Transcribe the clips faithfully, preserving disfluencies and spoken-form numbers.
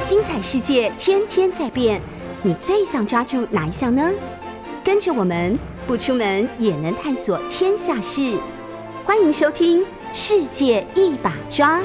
精彩世界天天在变，你最想抓住哪一项呢？跟着我们不出门也能探索天下事，欢迎收听《世界一把抓》。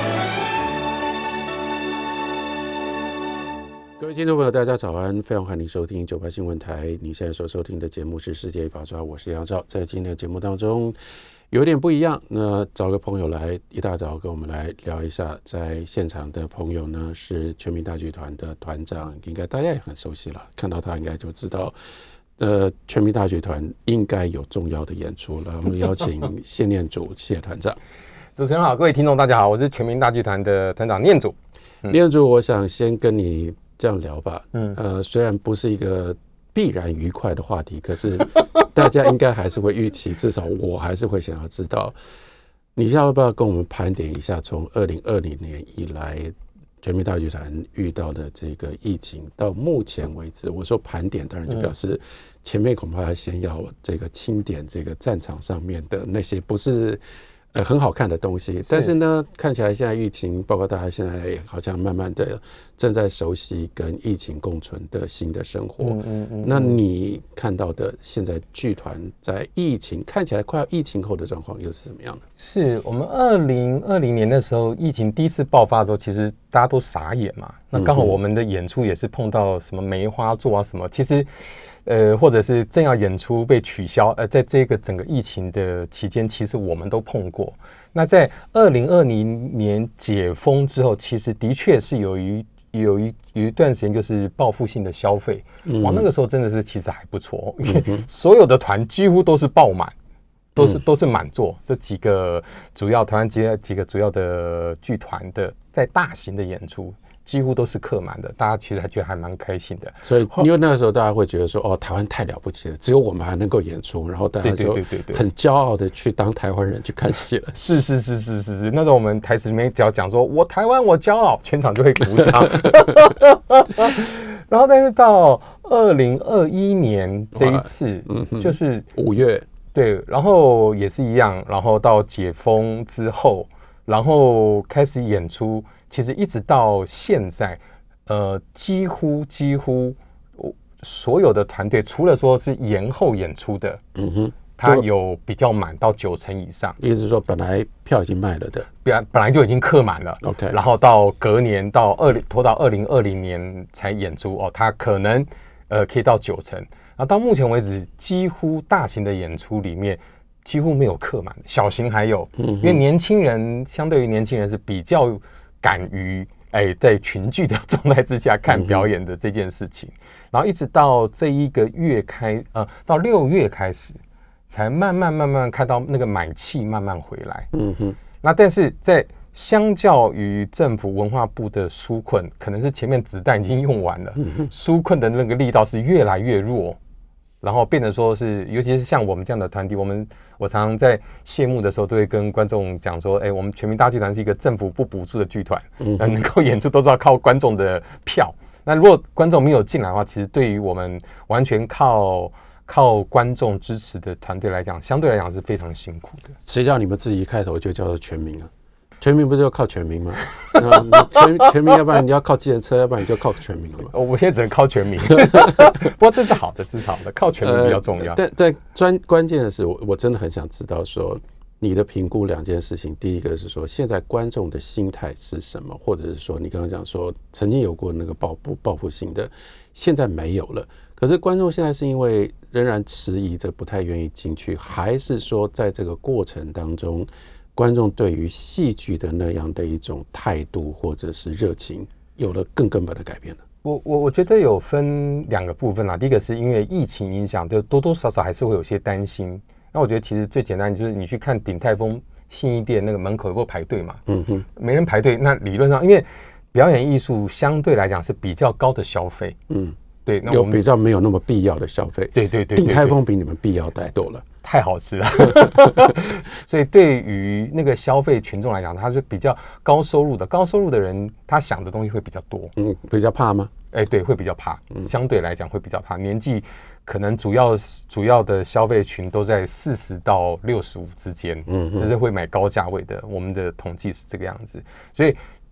各位听众朋友，大家早安，非常欢迎收听九八新闻台。你现在所收听的节目是《世界一把抓》，我是杨照。在今天的节目当中，有点不一样，那找个朋友来，一大早跟我们来聊一下。在现场的朋友呢，是全民大剧团的团长，应该大家也很熟悉了，看到他应该就知道。呃，全民大剧团应该有重要的演出了。我们邀请谢念祖谢团长。 主持人好，各位听众大家好，我是全民大剧团的团长念祖。 嗯、念祖，我想先跟你这样聊吧。嗯，呃，虽然不是一个必然愉快的话题，可是大家应该还是会预期，至少我还是会想要知道，你要不要跟我们盘点一下，从二零二零年以来，全民大剧团遇到的这个疫情到目前为止，我说盘点，当然就表示前面恐怕先要这个清点这个战场上面的那些不是呃很好看的东西，但是呢，看起来现在疫情，包括大家现在好像慢慢的正在熟悉跟疫情共存的新的生活。嗯嗯嗯。那你看到的现在剧团在疫情看起来快要疫情后的状况又是什么样的？ 是我们二零二零年的时候，疫情第一次爆发的时候，其实大家都傻眼嘛。那刚好我们的演出也是碰到什么梅花座啊什么，其实。呃，或者是正要演出被取消，呃，在这个整个疫情的期间，其实我们都碰过。那在二零二零年解封之后，其实的确是有一有一有一段时间就是报复性的消费，嗯、哇，那个时候真的是其实还不错，因为所有的团几乎都是爆满，都是都是满座。这几个主要台湾几个几个主要的剧团的在大型的演出。几乎都是客满的，大家其实还觉得还蛮开心的。 所以因为那个时候大家会觉得说，哦，台湾太了不起了，只有我们还能够演出，然后大家就很骄傲的去当台湾人去看戏了。 是是是是是是，那时候我们台词里面只要讲说我台湾我骄傲，全场就会鼓掌。然后但是到二零二一年这一次，嗯、就是五月， 对，然后也是一样，然后到解封之后，然后开始演出。其实一直到现在，呃，几乎几乎所有的团队，除了说是延后演出的，嗯哼，它有比较满到九成以上。 意思是说，本来票已经卖了的， 本本来就已经客满了 ，OK， 然后到隔年到二零拖到二零二零年才演出哦，它可能呃可以到九成。然后到目前为止，几乎大型的演出里面。几乎没有客满，小型还有，嗯、因为年轻人相对于年轻人是比较敢于哎在群聚的状态之下看表演的这件事情，嗯、然后一直到这一个月开呃到六月开始，才慢慢慢慢看到那个买气慢慢回来，嗯哼。那但是在相较于政府文化部的纾困，可能是前面子弹已经用完了，嗯、纾困的那个力道是越来越弱。然后变成说是，尤其是像我们这样的团体，我们我常常在谢幕的时候都会跟观众讲说，哎，我们全民大剧团是一个政府不补助的剧团，嗯、能够演出都是要靠观众的票。那如果观众没有进来的话，其实对于我们完全靠靠观众支持的团队来讲，相对来讲是非常辛苦的。 谁叫你们自己一开头就叫做全民啊？全民不是要靠全民吗？全, 全民，要不然你要靠计程车，要不然你就靠全民了嘛。 我现在只能靠全民，不过这是好的，这是好的，靠全民比较重要。 呃、但但关键的是我，我真的很想知道说，你的评估两件事情。第一个是说，现在观众的心态是什么，或者是说，你刚刚讲说，曾经有过那个报复报复性的，现在没有了。可是观众现在是因为仍然迟疑着，不太愿意进去，还是说在这个过程当中？观众对于戏剧的那样的一种态度或者是热情有了更根本的改变了。 我我我觉得有分两个部分啦。第一个是因为疫情影响，就多多少少还是会有些担心。那我觉得其实最简单就是你去看鼎泰丰信义店那个门口有没有排队嘛？嗯哼，没人排队，那理论上因为表演艺术相对来讲是比较高的消费，嗯，对，那有比较没有那么必要的消费。 对对 对, 对, 对, 对， 鼎泰丰比你们必要太多了。 太好吃了所以对于那个消费群众来讲，他是比较高收入的，高收入的人他想的东西会比较多。 嗯，比较怕吗？ 哎，对，会比较怕，相对来讲会比较怕。年纪可能主要主要的消费群都在四十到六十五之间，嗯，就是会买高价位的。我们的统计是这个样子，所以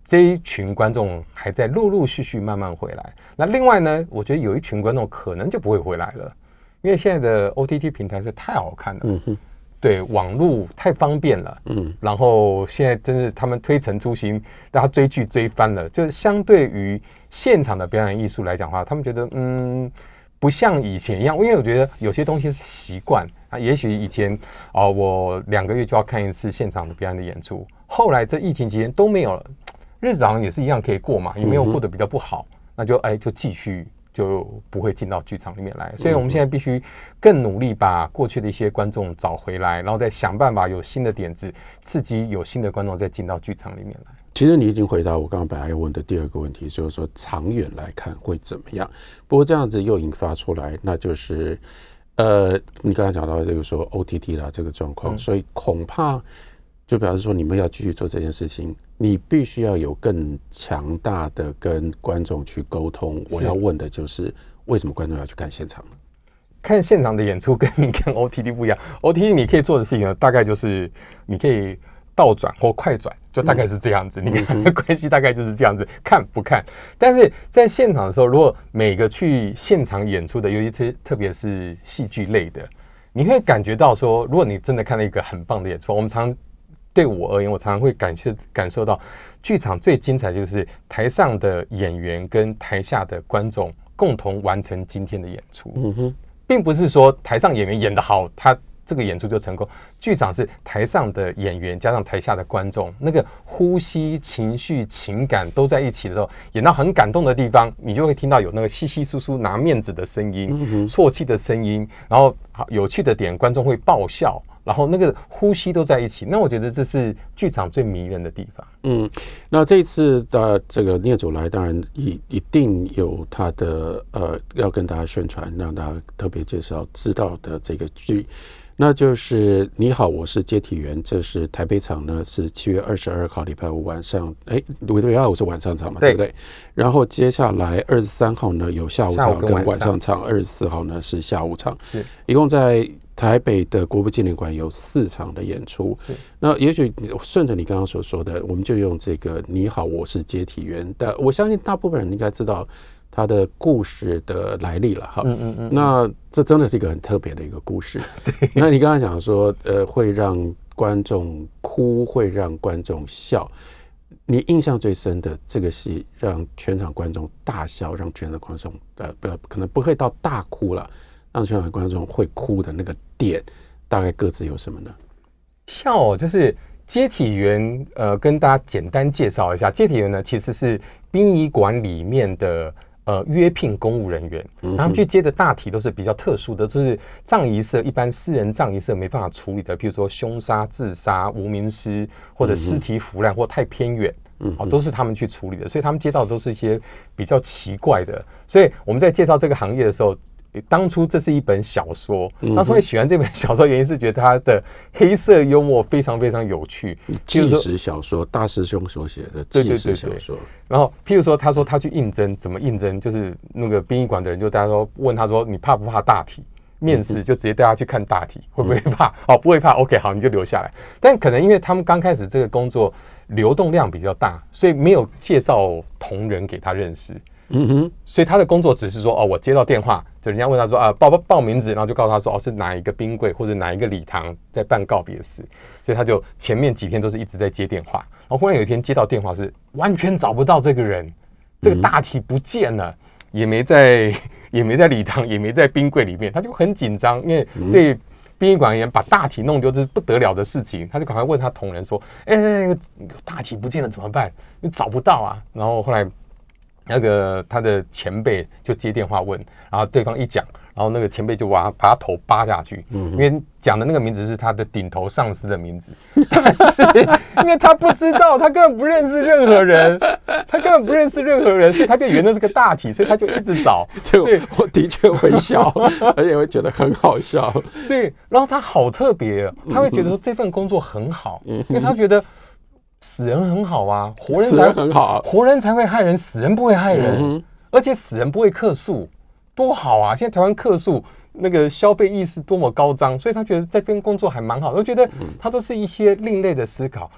这一群观众还在陆陆续续慢慢回来。那另外呢，我觉得有一群观众可能就不会回来了，因为现在的 O T T 平台是太好看了，嗯哼，对，网络太方便了，嗯，然后现在真是他们推陈出新，大家追剧追翻了，就是相对于现场的表演艺术来讲的话，他们觉得嗯。不像以前一样，因为我觉得有些东西是习惯啊。也许以前哦，我两个月就要看一次现场的表演的演出，后来这疫情期间都没有了，日子好像也是一样可以过嘛，也没有过得比较不好，那就哎就继续就不会进到剧场里面来。所以我们现在必须更努力把过去的一些观众找回来，然后再想办法有新的点子，刺激有新的观众再进到剧场里面来。 其实你已经回答我刚刚本来要问的第二个问题，就是说长远来看会怎么样。不过这样子又引发出来，那就是呃，你刚才讲到这个说 O T T 啦这个状况，嗯、所以恐怕就表示说你们要继续做这件事情，你必须要有更强大的跟观众去沟通。我要问的就是为什么观众要去看现场？ 看现场的演出跟你看 O T T 不一样 ，O T T 你可以做的事情呢，大概就是你可以倒转或快转，就大概是这样子。嗯、你跟他的关系大概就是这样子，看不看？但是在现场的时候，如果每个去现场演出的，尤其是特别是戏剧类的，你会感觉到说，如果你真的看了一个很棒的演出，我们常对我而言，我常常会感觉感受到，剧场最精彩就是台上的演员跟台下的观众共同完成今天的演出。嗯哼，并不是说台上演员演得好，他这个演出就成功。剧场是台上的演员加上台下的观众，那个呼吸、情绪、情感都在一起的时候，演到很感动的地方，你就会听到有那个稀稀疏疏拿面子的声音、啜泣的声音，然后有趣的点，观众会爆笑。然后那个呼吸都在一起，那我觉得这是剧场最迷人的地方。嗯， 那这一次的这个聂祖来，当然一一定有他的呃要跟大家宣传，让大家特别介绍知道的这个剧，那就是你好，我是接体员。这是台北场呢，是七月二十二号礼拜五晚上，哎，礼拜二是晚上场嘛， 对, 对不对？然后接下来二十三号呢有下午场跟晚上场，二十四号呢是下午场，是一共在台北的国父纪念馆有四场的演出。是，那也许顺着你刚刚所说的，我们就用这个你好，我是接体员。但我相信大部分人应该知道他的故事的来历了哈。嗯嗯嗯。那这真的是一个很特别的一个故事。对。那你刚才讲说，呃，会让观众哭，会让观众笑。你印象最深的这个戏，让全场观众大笑，让全场观众呃不可能不会到大哭了。让全场观众会哭的那个点，大概各自有什么呢？ 笑哦，就是接体员，呃，跟大家简单介绍一下，接体员呢其实是殡仪馆里面的呃约聘公务人员，然后他们去接的大体都是比较特殊的，就是葬仪社一般私人葬仪社没办法处理的，譬如说凶杀、自杀、无名尸或者尸体腐烂或太偏远。嗯，都是他们去处理的，所以他们接到都是一些比较奇怪的。所以我们在介绍这个行业的时候，当初这是一本小说，当初会喜欢这本小说，原因是觉得它的黑色幽默非常非常有趣。 纪实小说，大师兄所写的纪实小说。对对对对。 然后，譬如说，他说他去应征，怎么应征？就是那个殡仪馆的人就大家说问他说：“你怕不怕大体？”面试就直接带他去看大体，会不会怕？哦，不会怕。OK， 好，你就留下来。但可能因为他们刚开始这个工作流动量比较大，所以没有介绍同仁给他认识。嗯哼，所以他的工作只是说，哦，我接到电话，就人家问他说啊，报报名字，然后就告诉他说，哦，是哪一个冰柜或者哪一个礼堂在办告别式，所以他就前面几天都是一直在接电话，然后忽然有一天接到电话是完全找不到这个人，这个大体不见了，也没在也没在礼堂，也没在冰柜里面，他就很紧张，因为对殡仪馆而言，把大体弄丢这是不得了的事情，他就赶快问他同仁说，哎、欸，那个大体不见了怎么办？你找不到啊，然后后来。那个他的前辈就接电话问，然后对方一讲，然后那个前辈就把他把他头扒下去，嗯、因为讲的那个名字是他的顶头上司的名字，但是因为他不知道，他根本不认识任何人，他根本不认识任何人，所以他就以为那是个大体，所以他就一直找。 对，我的确会笑，而且会觉得很好笑。 对，然后他好特别，他会觉得说这份工作很好，嗯、因为他觉得。死人很好啊，活人才很好、啊， 活人才会害人，死人不会害人，嗯、而且死人不会客诉，多好啊！现在台湾客诉那个消费意识多么高涨，所以他觉得这份工作还蛮好，我觉得他都是一些另类的思考。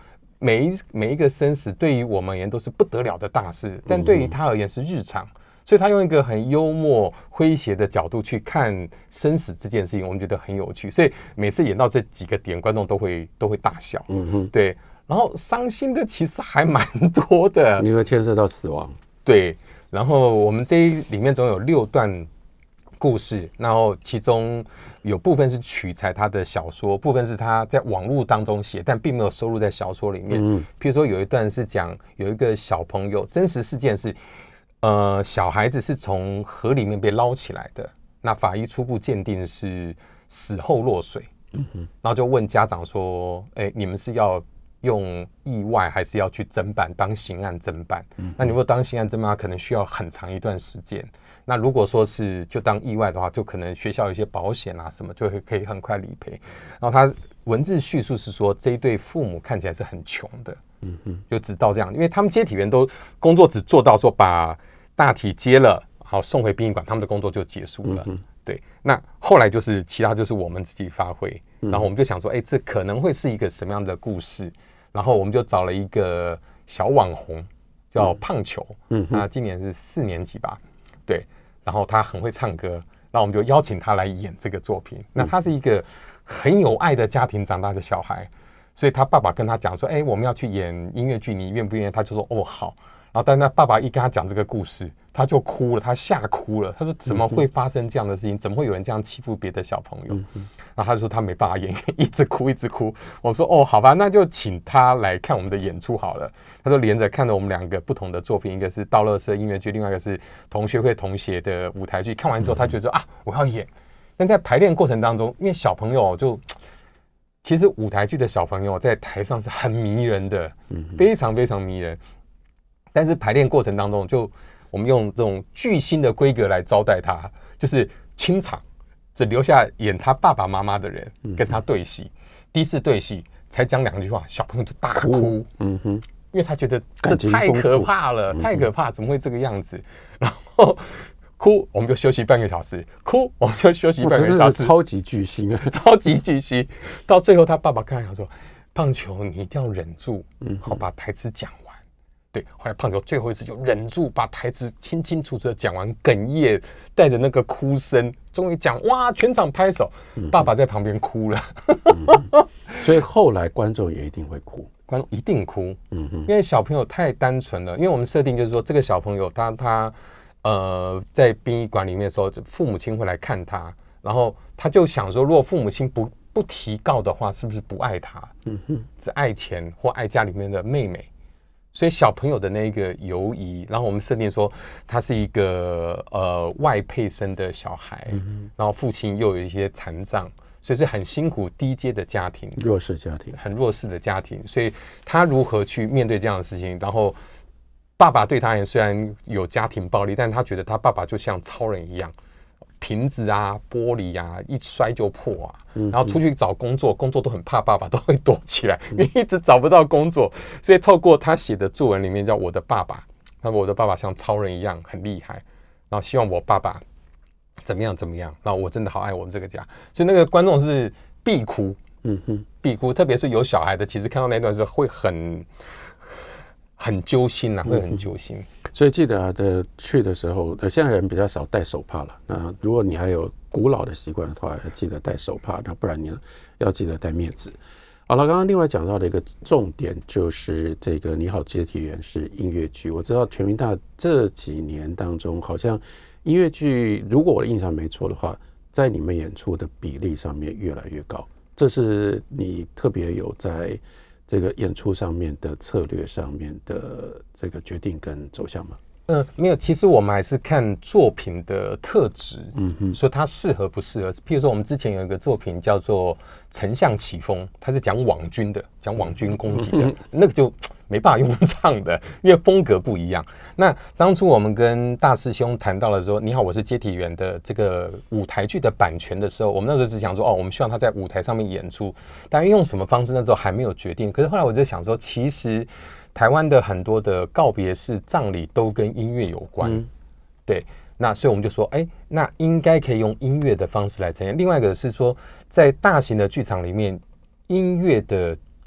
每一每一个生死对于我们而言都是不得了的大事，但对于他而言是日常。所以他用一个很幽默诙谐的角度去看生死这件事情，我们觉得很有趣。所以每次演到这几个点，观众都会都会大笑。嗯哼，对。然后伤心的其实还蛮多的， 因为牵涉到死亡。 对。然后我们这一里面总有六段故事，然后其中有部分是取材他的小说，部分是他在网络当中写，但并没有收录在小说里面。嗯，譬如说有一段是讲有一个小朋友，真实事件是。呃，小孩子是从河里面被捞起来的，那法医初步鉴定是死后落水，嗯哼，然后就问家长说：“哎，你们是要用意外，还是要去侦办当刑案侦办？嗯、那你如果当刑案侦办，可能需要很长一段时间。那如果说是就当意外的话，就可能学校有一些保险啊什么，就会可以很快理赔。然后他文字叙述是说，这一对父母看起来是很穷的，嗯哼，就直到这样，因为他们接体员都工作只做到说把大体接了，好送回殡仪馆，他们的工作就结束了。嗯、对，那后来就是其他就是我们自己发挥，然后我们就想说，哎，这可能会是一个什么样的故事？然后我们就找了一个小网红，叫胖球，嗯，那今年是四年级吧，对，然后他很会唱歌，然后我们就邀请他来演这个作品。那他是一个很有爱的家庭长大的小孩，所以他爸爸跟他讲说，哎，我们要去演音乐剧，你愿不愿意？他就说，哦，好。然后但他爸爸一跟他讲这个故事，他就哭了，他吓哭了。他说怎么会发生这样的事情？怎么会有人这样欺负别的小朋友？然后他就说他没办法演，一直哭一直哭。我说哦，好吧，那就请他来看我们的演出好了。他说连着看了我们两个不同的作品，一个是倒垃圾音乐剧，另外一个是同学会同学的舞台剧。看完之后，他觉得说啊，我要演。但在排练过程当中，因为小朋友就其实舞台剧的小朋友在台上是很迷人的，非常非常迷人。但是排练过程当中，就我们用这种巨星的规格来招待他，就是清场，只留下演他爸爸妈妈的人跟他对戏。嗯、第一次对戏才讲两句话，小朋友就大哭，嗯哼，因为他觉得这太可怕了，太可怕，怎么会这个样子？然后哭，我们就休息半个小时；哭，我们就休息半个小时。 超级巨星啊， 超级巨星！到最后，他爸爸跟他讲说：“棒球，你一定要忍住，嗯，好把台词讲完。”对，后来胖球最后一次就忍住把台词清清楚楚的讲完，哽咽，带着那个哭声，终于讲哇，全场拍手，嗯、爸爸在旁边哭了、 嗯。所以后来观众也一定会哭， 观众一定哭，嗯哼，因为小朋友太单纯了。因为我们设定就是说，这个小朋友他他呃在殡仪馆里面的时候，父母亲会来看他，然后他就想说，如果父母亲不不提告的话，是不是不爱他？嗯哼，只爱钱或爱家里面的妹妹。所以小朋友的那个犹疑，然后我们设定说他是一个呃外配生的小孩，嗯、然后父亲又有一些残障，所以是很辛苦低阶的家庭， 弱势家庭， 很弱势的家庭。所以他如何去面对这样的事情？然后爸爸对他而言虽然有家庭暴力，但他觉得他爸爸就像超人一样。瓶子啊，玻璃啊，一摔就破啊。然后出去找工作，工作都很怕爸爸，都会躲起来，因为一直找不到工作。所以透过他写的作文里面叫我的爸爸，他说我的爸爸像超人一样很厉害，然后希望我爸爸怎么样怎么样，然后我真的好爱我们这个家。所以那个观众是必哭，嗯哼，必哭，特别是有小孩的，其实看到那段是会很。很揪心啊，会很揪心。嗯、 所以记得啊，这去的时候，呃，现在人比较少戴手帕了。那如果你还有古老的习惯的话，要记得戴手帕，那不然你要记得戴面纸。好了，刚刚另外讲到的一个重点就是这个《你好，接体员》是音乐剧。我知道全民大这几年当中，好像音乐剧，如果我的印象没错的话，在你们演出的比例上面越来越高。这是你特别有在这个演出上面的策略上面的这个决定跟走向吗？ 呃，没有，其实我们还是看作品的特质，嗯哼，说它适合不适合。譬如说，我们之前有一个作品叫做《丞相起风》，它是讲网军的，讲网军攻击的，嗯、那个就没办法用唱的，因为风格不一样。那当初我们跟大师兄谈到了说，你好，我是接体员的这个舞台剧的版权的时候，我们那时候只想说，哦，我们希望他在舞台上面演出，但用什么方式那时候还没有决定。可是后来我就想说，其实台湾的很多的告别式、葬礼都跟音乐有关，嗯、对。那所以我们就说，哎，那应该可以用音乐的方式来呈现。另外一个是说，在大型的剧场里面，音乐的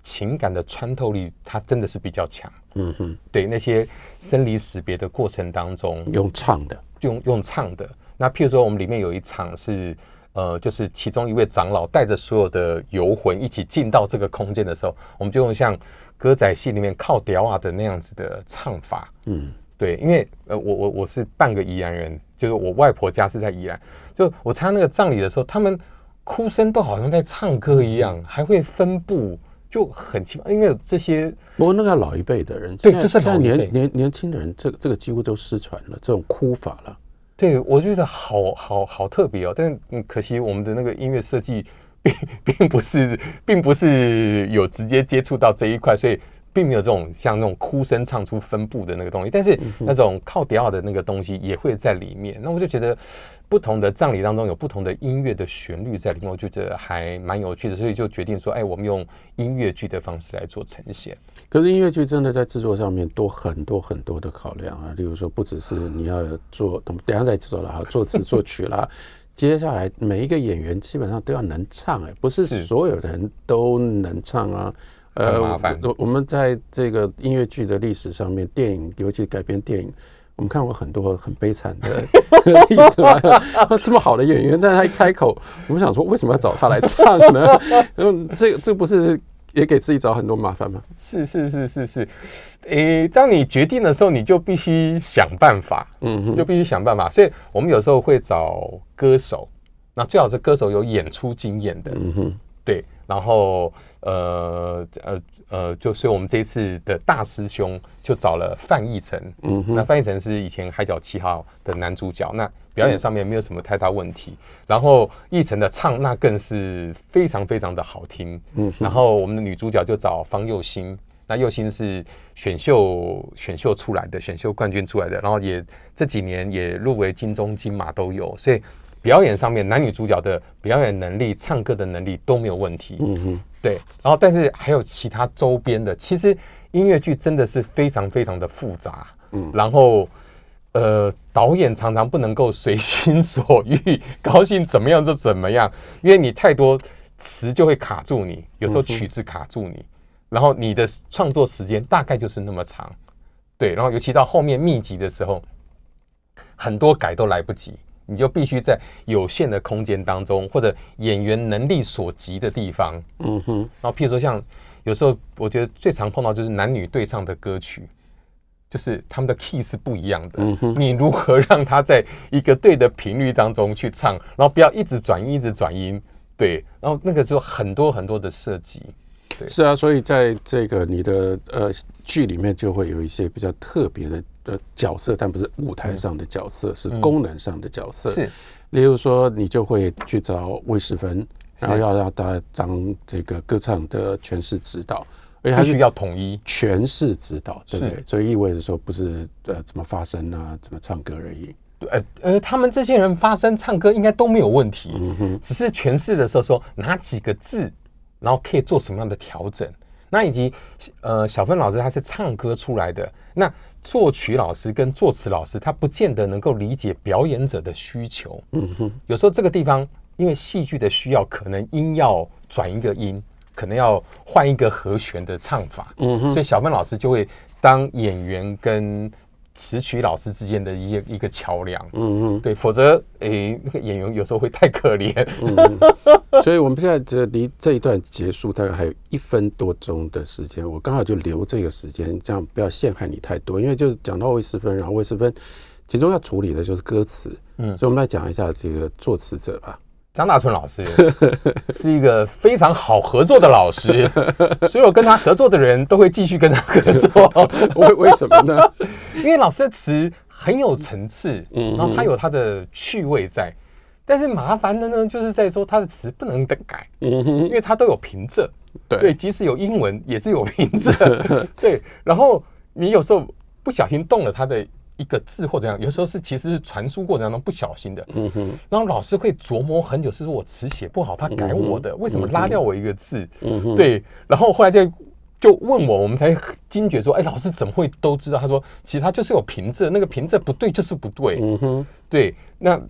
情感的穿透力，它真的是比较强。 嗯哼， 对，那些生离死别的过程当中， 用唱的， 用用唱的。那譬如说，我们里面有一场是，呃，就是其中一位长老带着所有的游魂一起进到这个空间的时候，我们就用像歌仔戏里面靠调啊的那样子的唱法。嗯，对，因为呃，我我我是半个宜兰人，就是我外婆家是在宜兰，就我参加那个葬礼的时候，他们哭声都好像在唱歌一样，还会分布。就很奇怪，因为有这些， 不过那个老一辈的人， 对，就是现在年年年轻的人，这个这个几乎都失传了，这种哭法了。 对，我觉得好好好特别哦，但嗯，可惜我们的那个音乐设计并并不是，并不是有直接接触到这一块，所以并没有这种像那种哭声唱出分布的那个东西，但是那种靠调的那个东西也会在里面。那我就觉得不同的葬礼当中有不同的音乐的旋律在里面，我就觉得还蛮有趣的，所以就决定说，哎，我们用音乐剧的方式来做呈现。 可是音乐剧真的在制作上面多很多很多的考量啊，例如说不只是你要做，等一下再说了哈，作词作曲啦。接下来每一个演员基本上都要能唱，哎，不是所有人都能唱啊。 呃，麻烦。 我们在这个音乐剧的历史上面，电影尤其改编电影，我们看过很多很悲惨的例子嘛。这么好的演员，但是他一开口，我们想说，为什么要找他来唱呢？嗯，这这不是也给自己找很多麻烦吗？ 是是是是是，诶，当你决定的时候，你就必须想办法，嗯，就必须想办法。所以我们有时候会找歌手，那最好是歌手有演出经验的，嗯哼，对。然后呃呃呃，就所以我们这一次的大师兄就找了范逸臣，嗯，那范逸臣是以前《海角七号》的男主角，那表演上面没有什么太大问题。然后逸臣的唱那更是非常非常的好听，嗯，然后我们的女主角就找方佑欣，那佑欣是选秀选秀出来的，选秀冠军出来的，然后也这几年也入围金钟金马都有，所以。表演上面男女主角的表演能力、唱歌的能力都没有问题，嗯哼，对。然后，但是还有其他周边的，其实音乐剧真的是非常非常的复杂，嗯。然后，呃，导演常常不能够随心所欲，高兴怎么样就怎么样，因为你太多词就会卡住你，有时候曲子卡住你，然后你的创作时间大概就是那么长，对。然后，尤其到后面密集的时候，很多改都来不及。你就必须在有限的空间当中，或者演员能力所及的地方，嗯哼。然后，譬如说，像有时候我觉得最常碰到就是男女对唱的歌曲，就是他们的 key 是不一样的。嗯哼。你如何让他在一个对的频率当中去唱，然后不要一直转音，一直转音，对。然后那个就很多很多的设计。 是啊，所以在这个你的呃剧里面就会有一些比较特别的。的角色，但不是舞台上的角色，嗯、是功能上的角色。是，例如说，你就会去找魏时芬，然后要让他当这个歌唱的诠释指导， 而且他必须要统一诠释指导，对不对？所以意味着说，不是呃怎么发声啊，怎么唱歌而已。 呃呃，他们这些人发声唱歌应该都没有问题，嗯哼，只是诠释的时候说哪几个字，然后可以做什么样的调整。那以及呃，小芬老师他是唱歌出来的，那作曲老师跟作词老师他不见得能够理解表演者的需求。嗯哼，有时候这个地方因为戏剧的需要，可能音要转一个音，可能要换一个和弦的唱法。嗯哼，所以小芬老师就会当演员跟词曲老师之间的一个一个桥梁。嗯嗯，对，否则诶，那个演员有时候会太可怜。 嗯，所以我们现在这离这一段结束大概还有一分多钟的时间，我刚好就留这个时间，这样不要陷害你太多。因为就是讲到魏时芬，然后魏时芬其中要处理的就是歌词，嗯，所以我们来讲一下这个作词者吧。 张大春老师是一个非常好合作的老师，所有跟他合作的人都会继续跟他合作。 为为什么呢？ 因为老师的词很有层次，然后他有他的趣味在。但是麻烦的呢，就是在说他的词不能更改，因为他都有平仄。对，对，即使有英文也是有平仄。对，然后你有时候不小心动了他的一个字或者样，有时候是其实是传输过程当中不小心的，嗯哼，然后老师会琢磨很久，是说我词写不好，他改我的，为什么拉掉我一个字？嗯哼，对，然后后来就就问我，我们才惊觉说，哎，老师怎么会都知道？他说，其实他就是有平仄，那个平仄不对就是不对，嗯哼，对，那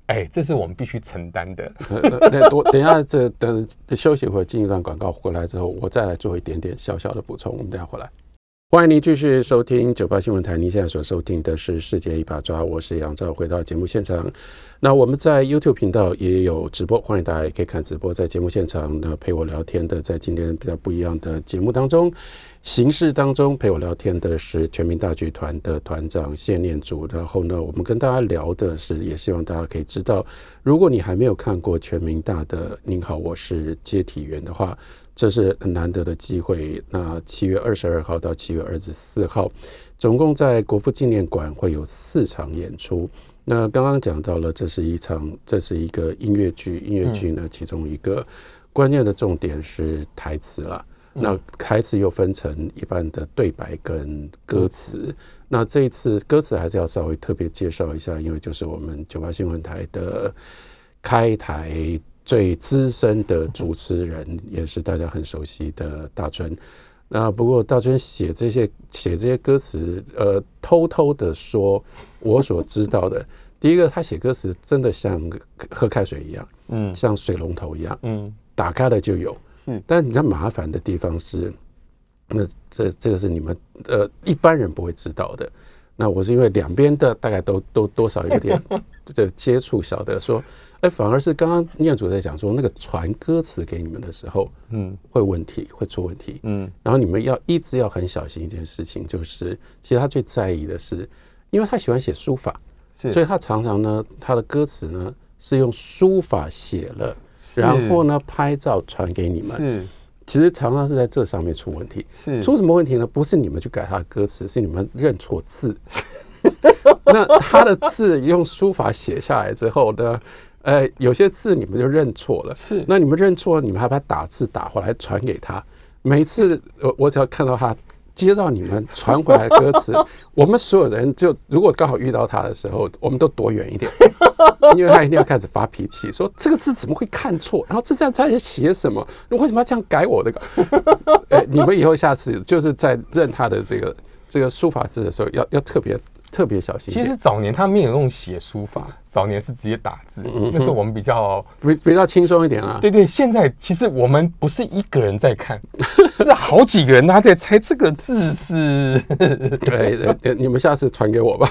哎，这是我们必须承担的。 呃，我等一下这等休息会进一段广告，回来之后我再来做一点点小小的补充。我们等一下回来。欢迎您继续收听九八新闻台，您现在所收听的是世界一把抓，我是杨照。回到节目现场，那我们在 YouTube 频道也有直播，欢迎大家也可以看直播。在节目现场呢，陪我聊天的，在今天比较不一样的节目当中，形式当中陪我聊天的是全民大剧团的团长谢念祖。然后呢，我们跟大家聊的是，也希望大家可以知道，如果你还没有看过全民大的您好，我是接体员的话，这是很难得的机会。那七月二十二号到七月二十四号，总共在国父纪念馆会有四场演出。那刚刚讲到了，这是一场，这是一个音乐剧。音乐剧呢，其中一个关键的重点是台词啦。那台词又分成一般的对白跟歌词。那这一次歌词还是要稍微特别介绍一下，因为就是我们九八新闻台的开台最资深的主持人，也是大家很熟悉的大春。那不过大春写这些写这些歌词，呃，偷偷的说，我所知道的，第一个，他写歌词真的像喝开水一样，嗯，像水龙头一样，嗯，打开了就有。是，但你知道麻烦的地方是，那这这个是你们呃一般人不会知道的。那我是因为两边的大概都都多少有点这接触，晓得说，哎，反而是刚刚念祖在讲说，那个传歌词给你们的时候，嗯，会问题会出问题，嗯，然后你们要一直要很小心一件事情，就是其实他最在意的是，因为他喜欢写书法，所以他常常呢，他的歌词呢是用书法写了，然后呢拍照传给你们，是。其实常常是在这上面出问题，是出什么问题呢？不是你们去改他的歌词，是你们认错字。那他的字用书法写下来之后呢，呃，有些字你们就认错了，是。那你们认错，你们还把打字打回来传给他。每一次我我只要看到他接到你们传回来的歌词，我们所有人就如果刚好遇到他的时候，我们都躲远一点，因为他一定要开始发脾气，说这个字怎么会看错？然后这这样他在写什么？你为什么要这样改我的？欸，你们以后下次就是在认他的这个这个书法字的时候，要要特别特别小心。 其实早年他没有用写书法，早年是直接打字，嗯，那时候我们比较比比较轻松一点啊。 对对，现在其实我们不是一个人在看，是好几个人他在猜这个字是。 对，你们下次传给我吧。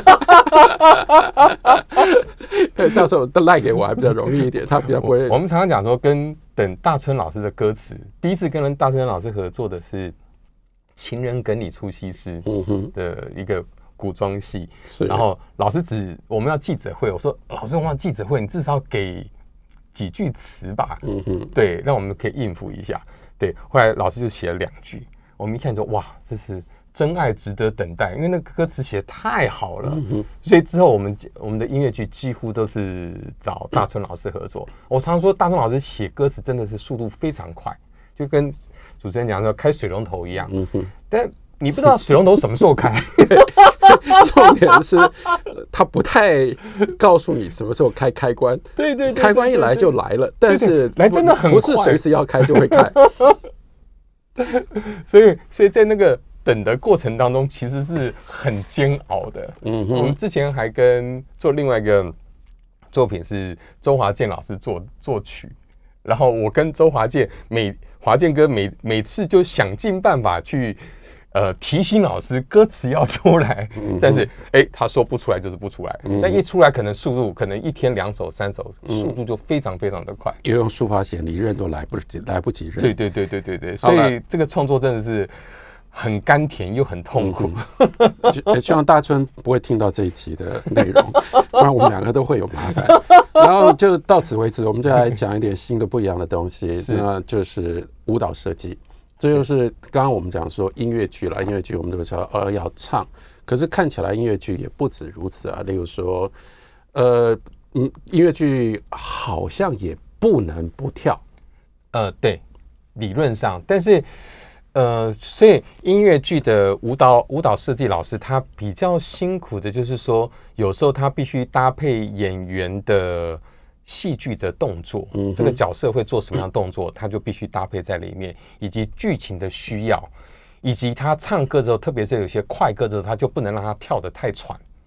到时候都赖给我还比较容易一点，他比较不会。 我们常常讲说，跟等大春老师的歌词，第一次跟大春老师合作的是《情人哏里出西施》的一个古装戏，然后老师指我们要记者会，我说老师，我们要记者会，你至少给几句词吧，嗯哼，对，让我们可以应付一下。对，后来老师就写了两句，我们一看就哇，这是真爱值得等待，因为那个歌词写得太好了，嗯，所以之后我们我们的音乐剧几乎都是找大春老师合作。我常说大春老师写歌词真的是速度非常快，就跟主持人讲说开水龙头一样，嗯哼，但你不知道水龙头什么时候开。 重点是他不太告诉你什么时候开开关， 对 对, 对, 对, 对, 对， 开关一来就来了，但是来真的很快， 不是随时要开就会开。 所以所以在那个等的过程当中，其实是很煎熬的。嗯哼，我们之前还跟做另外一个作品是周华健老师作作曲，然后我跟周华健每华健哥每每次就想尽办法去。呃，提醒老师歌词要出来，嗯，但是哎，欸，他说不出来就是不出来，嗯，但一出来可能速度可能一天两首三首，嗯，速度就非常非常的快。 因为用书法写，你认都来不及，来不及认。 对对对对对对，所以这个创作真的是很甘甜又很痛苦。 嗯，希望大春不会听到这一期的内容，不然我们两个都会有麻烦。然后就到此为止，我们就来讲一点新的不一样的东西，那就是舞蹈设计。这就是刚刚我们讲说音乐剧啦，音乐剧我们都知道呃要唱，可是看起来音乐剧也不止如此啊。例如说，呃，嗯，音乐剧好像也不能不跳， 呃，对，理论上，但是呃，所以音乐剧的舞蹈舞蹈设计老师他比较辛苦的就是说，有时候他必须搭配演员的。戏剧的动作，嗯，这个角色会做什么样的动作，他就必须搭配在里面，以及剧情的需要，以及他唱歌之后，特别是有些快歌之后，他就不能让他跳得太喘，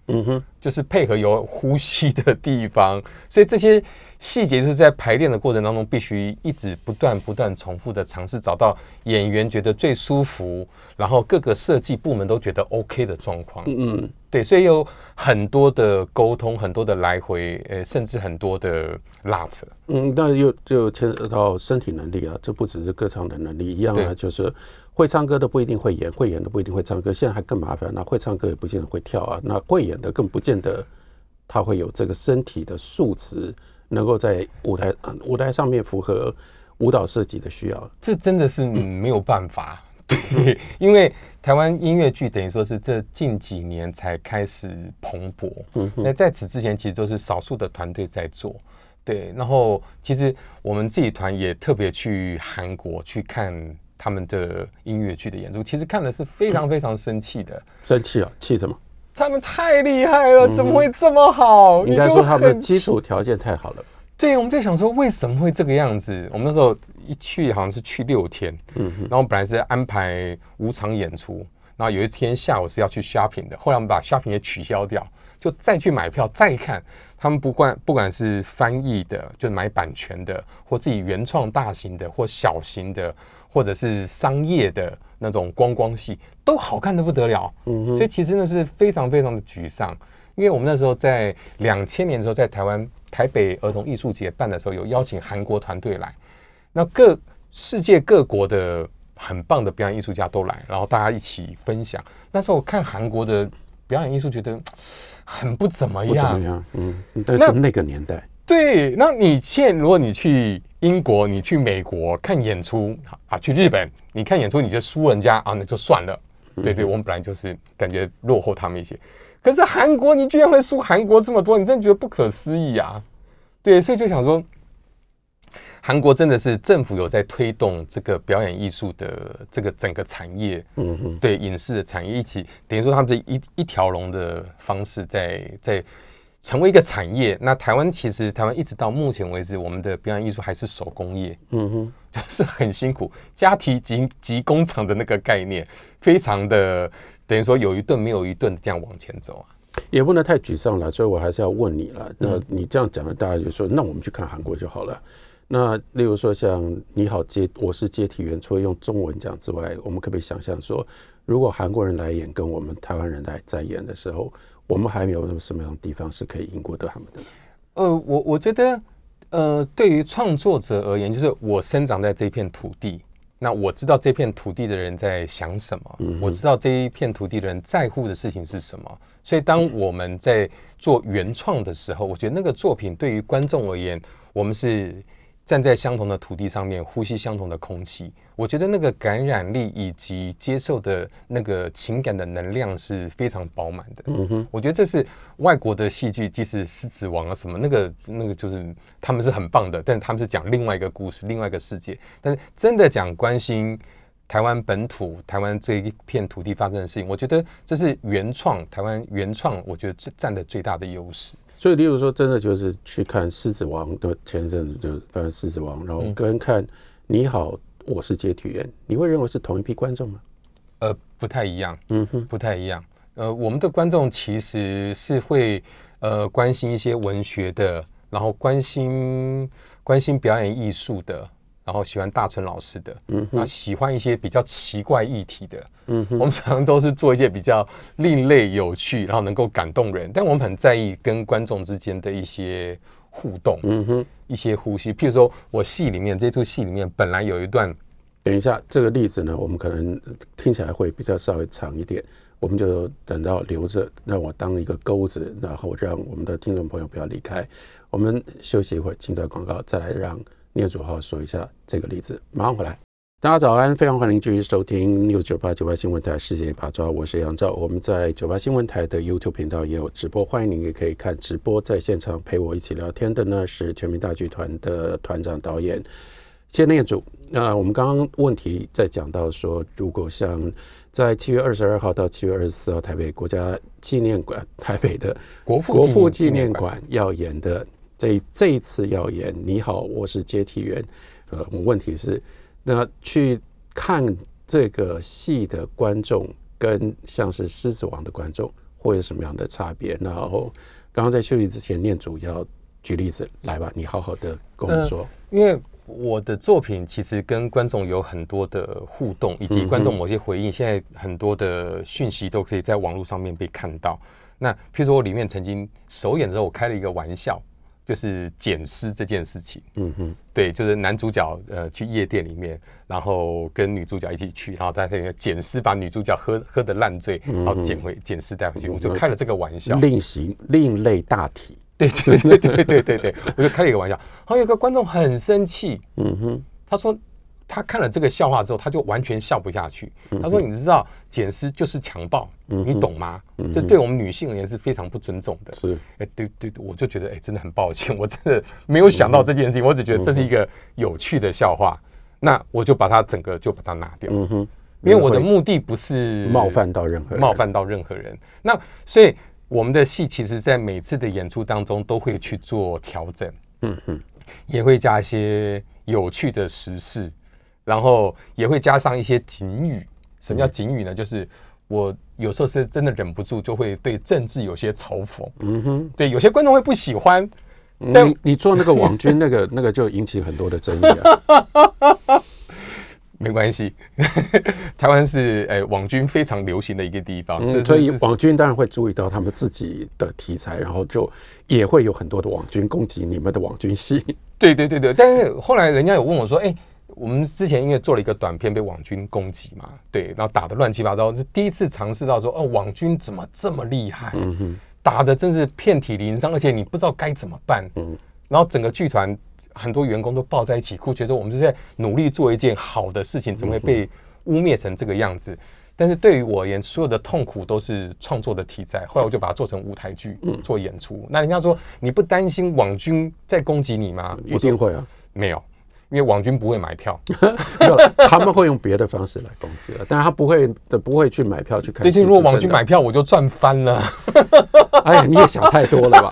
嗯哼，就是配合有呼吸的地方，所以这些细节就是在排练的过程当中，必须一直不断不断重复的尝试，找到演员觉得最舒服，然后各个设计部门都觉得 OK 的状况。嗯嗯，对，所以有很多的沟通，很多的来回，呃，甚至很多的拉扯。 嗯，那又就牵扯到身体能力啊，这不只是歌唱的能力一样啊，就是会唱歌的不一定会演，会演的不一定会唱歌，现在还更麻烦。那会唱歌也不见得会跳啊，那会演的更不见得他会有这个身体的素质。能够在舞台舞台上面符合舞蹈设计的需要， 这真的是没有办法。对，因为台湾音乐剧等于说是这近几年才开始蓬勃。嗯，那在此之前其实都是少数的团队在做。对，然后其实我们自己团也特别去韩国去看他们的音乐剧的演出，其实看的是非常非常生气的。 生气啊？气什么？ 他们太厉害了，怎么会这么好？ 应该说他们的基础条件太好了。 对，我们就想说为什么会这个样子？我们那时候一去好像是去六天，嗯，然后本来是安排五场演出，然后有一天下午是要去 shopping 的，后来我们把 shopping 也取消掉，就再去买票再看。他们不管不管是翻译的，就买版权的，或自己原创大型的，或小型的，或者是商业的那种观光戏，都好看得不得了。嗯，所以其实那是非常非常的沮丧，因为我们那时候在两千年的时候，在台湾台北儿童艺术节办的时候，有邀请韩国团队来，那各世界各国的很棒的表演艺术家都来，然后大家一起分享。那时候我看韩国的表演艺术，觉得很不怎么样，不怎么样， 嗯，但是那个年代， 对，那你现如果你去英国，你去美国看演出啊，去日本你看演出，你就输人家啊，那就算了。对对，我们本来就是感觉落后他们一些，可是韩国你居然会输韩国这么多，你真的觉得不可思议啊！对，所以就想说，韩国真的是政府有在推动这个表演艺术的这个整个产业，嗯嗯，对影视的产业一起，等于说他们是一一条龙的方式在在成为一个产业。那台湾其实台湾一直到目前为止，我们的表演艺术还是手工业，嗯哼，就是很辛苦，家庭及及工厂的那个概念，非常的等于说有一顿没有一顿这样往前走啊。 也不能太沮丧了，所以我还是要问你了。那你这样讲了，大家就说，那我们去看韩国就好了。那例如说像你好接我是接体员，除了用中文讲之外，我们可不可以想象说，如果韩国人来演跟我们台湾人来在演的时候，我们还没有什么样的地方是可以赢过得他们的？ 呃，我我觉得，呃，对于创作者而言，就是我生长在这片土地，那我知道这片土地的人在想什么，嗯、我知道这一片土地的人在乎的事情是什么，所以当我们在做原创的时候，我觉得那个作品对于观众而言，我们是站在相同的土地上面，呼吸相同的空气，我觉得那个感染力以及接受的那个情感的能量是非常饱满的。嗯哼，我觉得这是外国的戏剧，即使狮子王啊什么，那个那个就是他们是很棒的，但是他们是讲另外一个故事，另外一个世界。但是真的讲关心台湾本土、台湾这一片土地发生的事情，我觉得这是原创，台湾原创，我觉得占的最大的优势。 所以，例如说，真的就是去看《狮子王》的前一阵子就翻《狮子王》，然后跟看《你好，我是接体员》，你会认为是同一批观众吗？ 呃，不太一样，嗯哼，不太一样。呃，我们的观众其实是会呃关心一些文学的，然后关心关心表演艺术的，然后喜欢大春老师的，嗯，那喜欢一些比较奇怪议题的，嗯，我们常常都是做一些比较另类、有趣，然后能够感动人，但我们很在意跟观众之间的一些互动，嗯哼，一些呼吸。譬如说，我戏里面这出戏里面本来有一段， 等一下这个例子呢，我们可能听起来会比较稍微长一点，我们就等到留着，让我当一个钩子，然后让我们的听众朋友不要离开。我们休息一会儿，进段广告，再来让念主号说一下这个例子，马上回来。大家早安，非常欢迎继续收听 News 九八九八新闻台世界一把抓，我是杨照。我们在九八新闻台的 YouTube 频道也有直播，欢迎您也可以看直播。在现场陪我一起聊天的呢是全民大剧团的团长导演谢念祖。那我们刚刚问题在讲到说，如果像在七月二十二号到七月二十四号台北国家纪念馆，台北的国父纪念馆要演的这这一次要演你好，我是接体员。呃，我问题是，那去看这个戏的观众跟像是狮子王的观众会有什么样的差别？然后刚刚在休息之前，念祖要举例子来吧，你好好的跟我们说。 呃、因为我的作品其实跟观众有很多的互动，以及观众某些回应，嗯、现在很多的讯息都可以在网络上面被看到。那譬如说我里面曾经首演的时候，我开了一个玩笑，就是捡尸这件事情。嗯哼，对，就是男主角呃去夜店里面，然后跟女主角一起去，然后在那个捡尸，把女主角喝喝得烂醉，然后捡回捡尸带回去，我就开了这个玩笑。 另行另类大体。 对对对对对对对，我就开了一个玩笑。然后有一个观众很生气，嗯哼，他说他看了这个笑话之后，他就完全笑不下去。他说：“你知道捡尸就是强暴，嗯、你懂吗？嗯、这对我们女性而言是非常不尊重的。”是，哎、欸，对对对，我就觉得哎、欸，真的很抱歉，我真的没有想到这件事情，我只觉得这是一个有趣的笑话，那我就把它整个就把它拿掉，嗯哼，因为我的目的不是冒犯到任何人， 冒犯到任何人。那所以。我们的戏其实在每次的演出当中都会去做调整，嗯嗯，也会加一些有趣的时事，然后也会加上一些警语。什么叫警语呢？就是我有时候是真的忍不住就会对政治有些嘲讽，嗯哼，对，有些观众会不喜欢。 但你你做那个网军那个那个就引起很多的争议啊。 没关系，台湾是诶、欸、网军非常流行的一个地方， 嗯、所以网军当然会注意到他们自己的题材，然后就也会有很多的网军攻击你们的网军戏。 对对对对，但是后来人家有问我说，哎、欸，我们之前因为做了一个短片被网军攻击嘛，对，然后打得乱七八糟，是第一次尝试到说，哦，网军怎么这么厉害？嗯哼，打得真是遍体鳞伤，而且你不知道该怎么办。嗯，然后整个剧团。很多员工都抱在一起哭，觉得我们就在努力做一件好的事情，怎么会被污蔑成这个样子？但是对于我而言，所有的痛苦都是创作的题材。后来我就把它做成舞台剧，做演出。那人家说你不担心网军在攻击你吗？ 一定会啊， 没有，因为网军不会买票， 他们会用别的方式来攻击了，但他不会的，不会去买票去看戏。 如果网军买票，我就赚翻了。 哎呀，你也想太多了吧？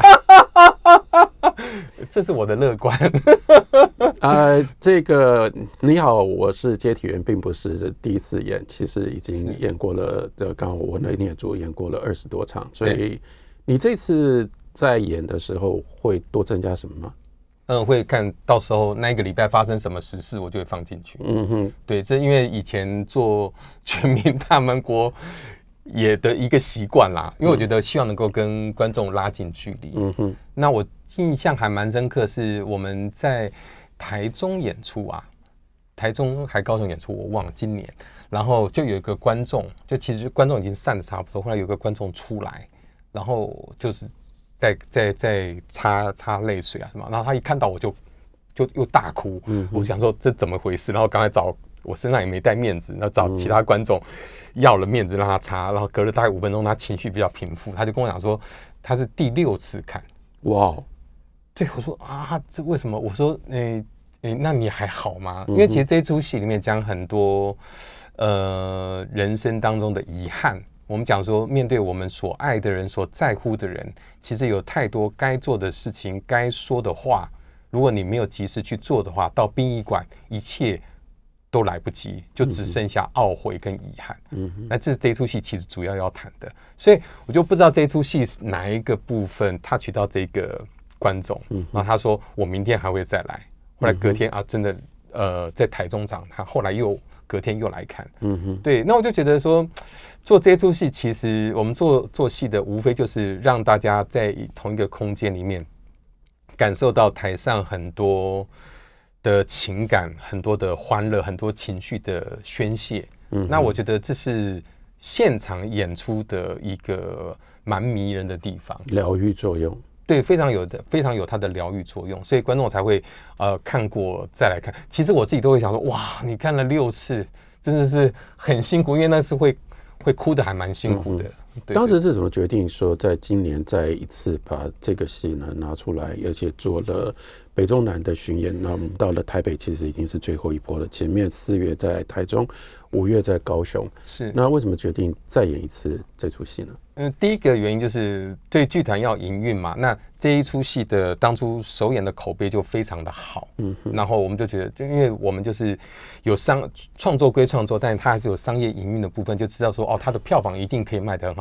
这是我的乐观。 呃，这个你好，我是接体员，并不是第一次演，其实已经演过了。刚刚我问了念祖，演过了二十多场，所以你这次在演的时候会多增加什么吗？ 嗯，会看到时候那一个礼拜发生什么时事，我就会放进去。嗯哼，对，这因为以前做全民大闷锅也的一个习惯啦，因为我觉得希望能够跟观众拉近距离。嗯哼，那我印象还蛮深刻，是我们在台中演出啊，台中还高雄演出，我忘了今年。然后就有一个观众，就其实观众已经散的差不多，后来有个观众出来，然后就是在在在擦擦泪水啊什么，然后他一看到我就就又大哭。嗯，我想说这怎么回事？然后刚才找我身上也没带面子，然后找其他观众要了面子让他擦，然后隔了大概五分钟，他情绪比较平复，他就跟我讲说他是第六次看。哇！对，我说啊，这为什么？我说，诶、欸、诶、欸，那你还好吗？因为其实这一出戏里面讲很多，呃，人生当中的遗憾。我们讲说，面对我们所爱的人、所在乎的人，其实有太多该做的事情、该说的话，如果你没有及时去做的话，到殡仪馆一切都来不及，就只剩下懊悔跟遗憾。嗯，那这是这一出戏其实主要要谈的，所以我就不知道这一出戏是哪一个部分他取到这个观众，然后他说我明天还会再来，后来隔天啊，真的呃在台中场，他后来又隔天又来看，嗯哼，对，那我就觉得说做这出戏，其实我们做做戏的无非就是让大家在同一个空间里面感受到台上很多的情感，很多的欢乐，很多情绪的宣泄，嗯，那我觉得这是现场演出的一个蛮迷人的地方， 疗愈作用。 对，非常有的，非常有它的疗愈作用，所以观众才会呃看过再来看。其实我自己都会想说，哇，你看了六次，真的是很辛苦，因为那是会会哭的，还蛮辛苦的。嗯对对， 当时是怎么决定说，在今年再一次把这个戏呢拿出来，而且做了北中南的巡演？那我们到了台北，其实已经是最后一波了。前面四月在台中，五月在高雄。是，那为什么决定再演一次这出戏呢？ 嗯，第一个原因就是对剧团要营运嘛，那这一出戏的当初首演的口碑就非常的好，嗯，然后我们就觉得，就因为我们就是有商创作归创作，但是它还是有商业营运的部分，就知道说哦，它的票房一定可以卖得很好。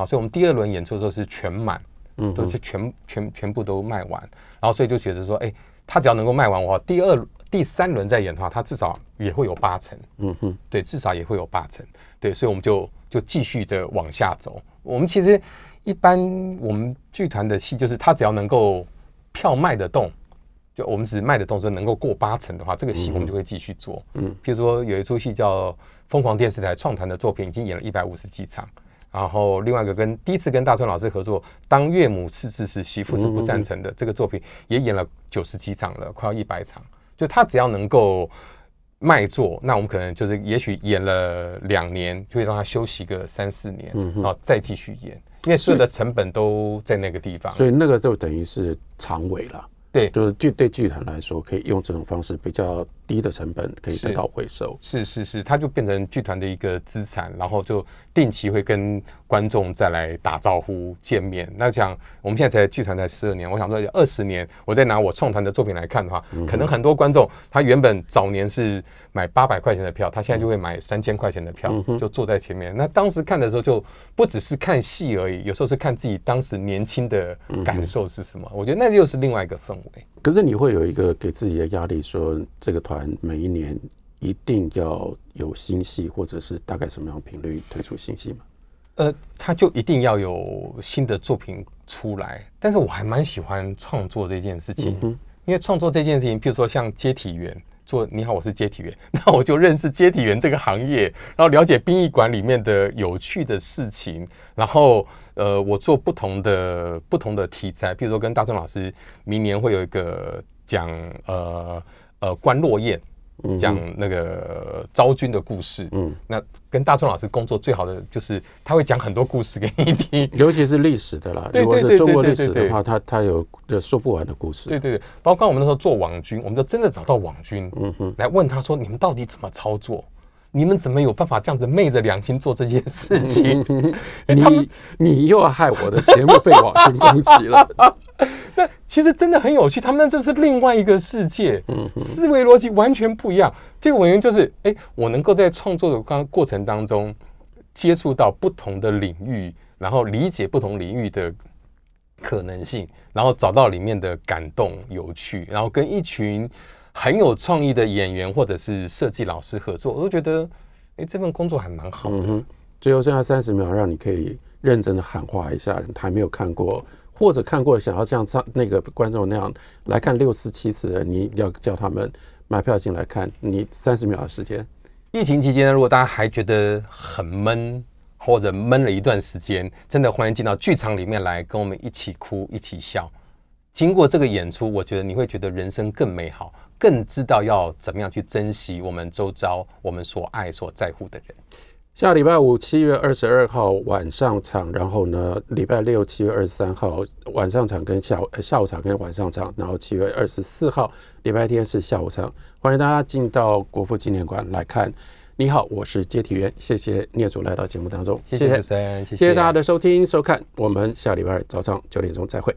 好，所以我们第二轮演出的时候是全满，嗯，都是全全全部都卖完，然后所以就觉得说，哎、欸，他只要能够卖完的话，第二第三轮再演的话，他至少也会有八成，嗯哼，对，至少也会有八成，对，所以我们就就继续的往下走。我们其实一般我们剧团的戏，就是他只要能够票卖得动。就我们只卖的动作能够过八成的话，这个戏我们就会继续做。嗯，譬如说有一出戏叫《疯狂电视台》创团的作品，已经演了一百五十几场。然后另外一个跟第一次跟大春老师合作，《当岳母是支持，媳妇是不赞成的》这个作品也演了九十几场了，快要一百场。就他只要能够卖座，那我们可能就是也许演了两年，就会让他休息个三四年，然后再继续演，因为所有的成本都在那个地方。 所以那个就等于是长尾了。 对， 就是剧对剧团来说，可以用这种方式比较低的成本可以得到回收。 是是是，它就变成剧团的一个资产，然后就定期会跟观众再来打招呼见面。那讲我们现在才剧团才十二年，我想说二十年，我再拿我创团的作品来看的话，嗯、可能很多观众他原本早年是买八百块钱的票，他现在就会买三千块钱的票，嗯、就坐在前面。那当时看的时候，就不只是看戏而已，有时候是看自己当时年轻的感受是什么。嗯、我觉得那又是另外一个氛围。 可是你会有一个给自己的压力，说这个团每一年一定要有新戏，或者是大概什么样的频率推出新戏吗？ 呃，他就一定要有新的作品出来。但是我还蛮喜欢创作这件事情，嗯、因为创作这件事情，譬如说像接体员做你好，我是接体员，那我就认识接体员这个行业，然后了解殡仪馆里面的有趣的事情，然后呃，我做不同的不同的题材，譬如说跟大春老师明年会有一个讲呃呃关落雁。讲那个昭君的故事，嗯，那跟大春老师工作最好的就是他会讲很多故事给你听， 尤其是历史的啦。如果是中国历史的话，他他有说不完的故事。 对对对，包括我们那时候做网军，我们就真的找到网军，嗯哼，来问他说：你们到底怎么操作？你们怎么有办法这样子昧着良心做这件事情？嗯欸、你你又要害我的节目被网军攻击了。 那其实真的很有趣，他们那就是另外一个世界，嗯、思维逻辑完全不一样。这个原因就是，哎、欸，我能够在创作的过程当中接触到不同的领域，然后理解不同领域的可能性，然后找到里面的感动、有趣，然后跟一群很有创意的演员或者是设计老师合作，我都觉得，哎、欸，这份工作还蛮好的。嗯、 最后剩下三十秒，让你可以认真的喊话一下，还没有看过。或者看过想要像那个观众那样来看六次七次的，你要叫他们买票进来看，你三十秒的时间。 疫情期间，如果大家还觉得很闷，或者闷了一段时间，真的欢迎进到剧场里面来，跟我们一起哭，一起笑。经过这个演出，我觉得你会觉得人生更美好，更知道要怎么样去珍惜我们周遭我们所爱所在乎的人。 下礼拜五七月二十二号晚上场，然后呢，礼拜六七月二十三号晚上场跟下午下午场跟晚上场，然后七月二十四号礼拜天是下午场，欢迎大家进到国父纪念馆来看。你好，我是接体员，谢谢聂主来到节目当中， 谢谢主持人，谢谢谢谢大家的收听收看，我们下礼拜二早上九点钟再会。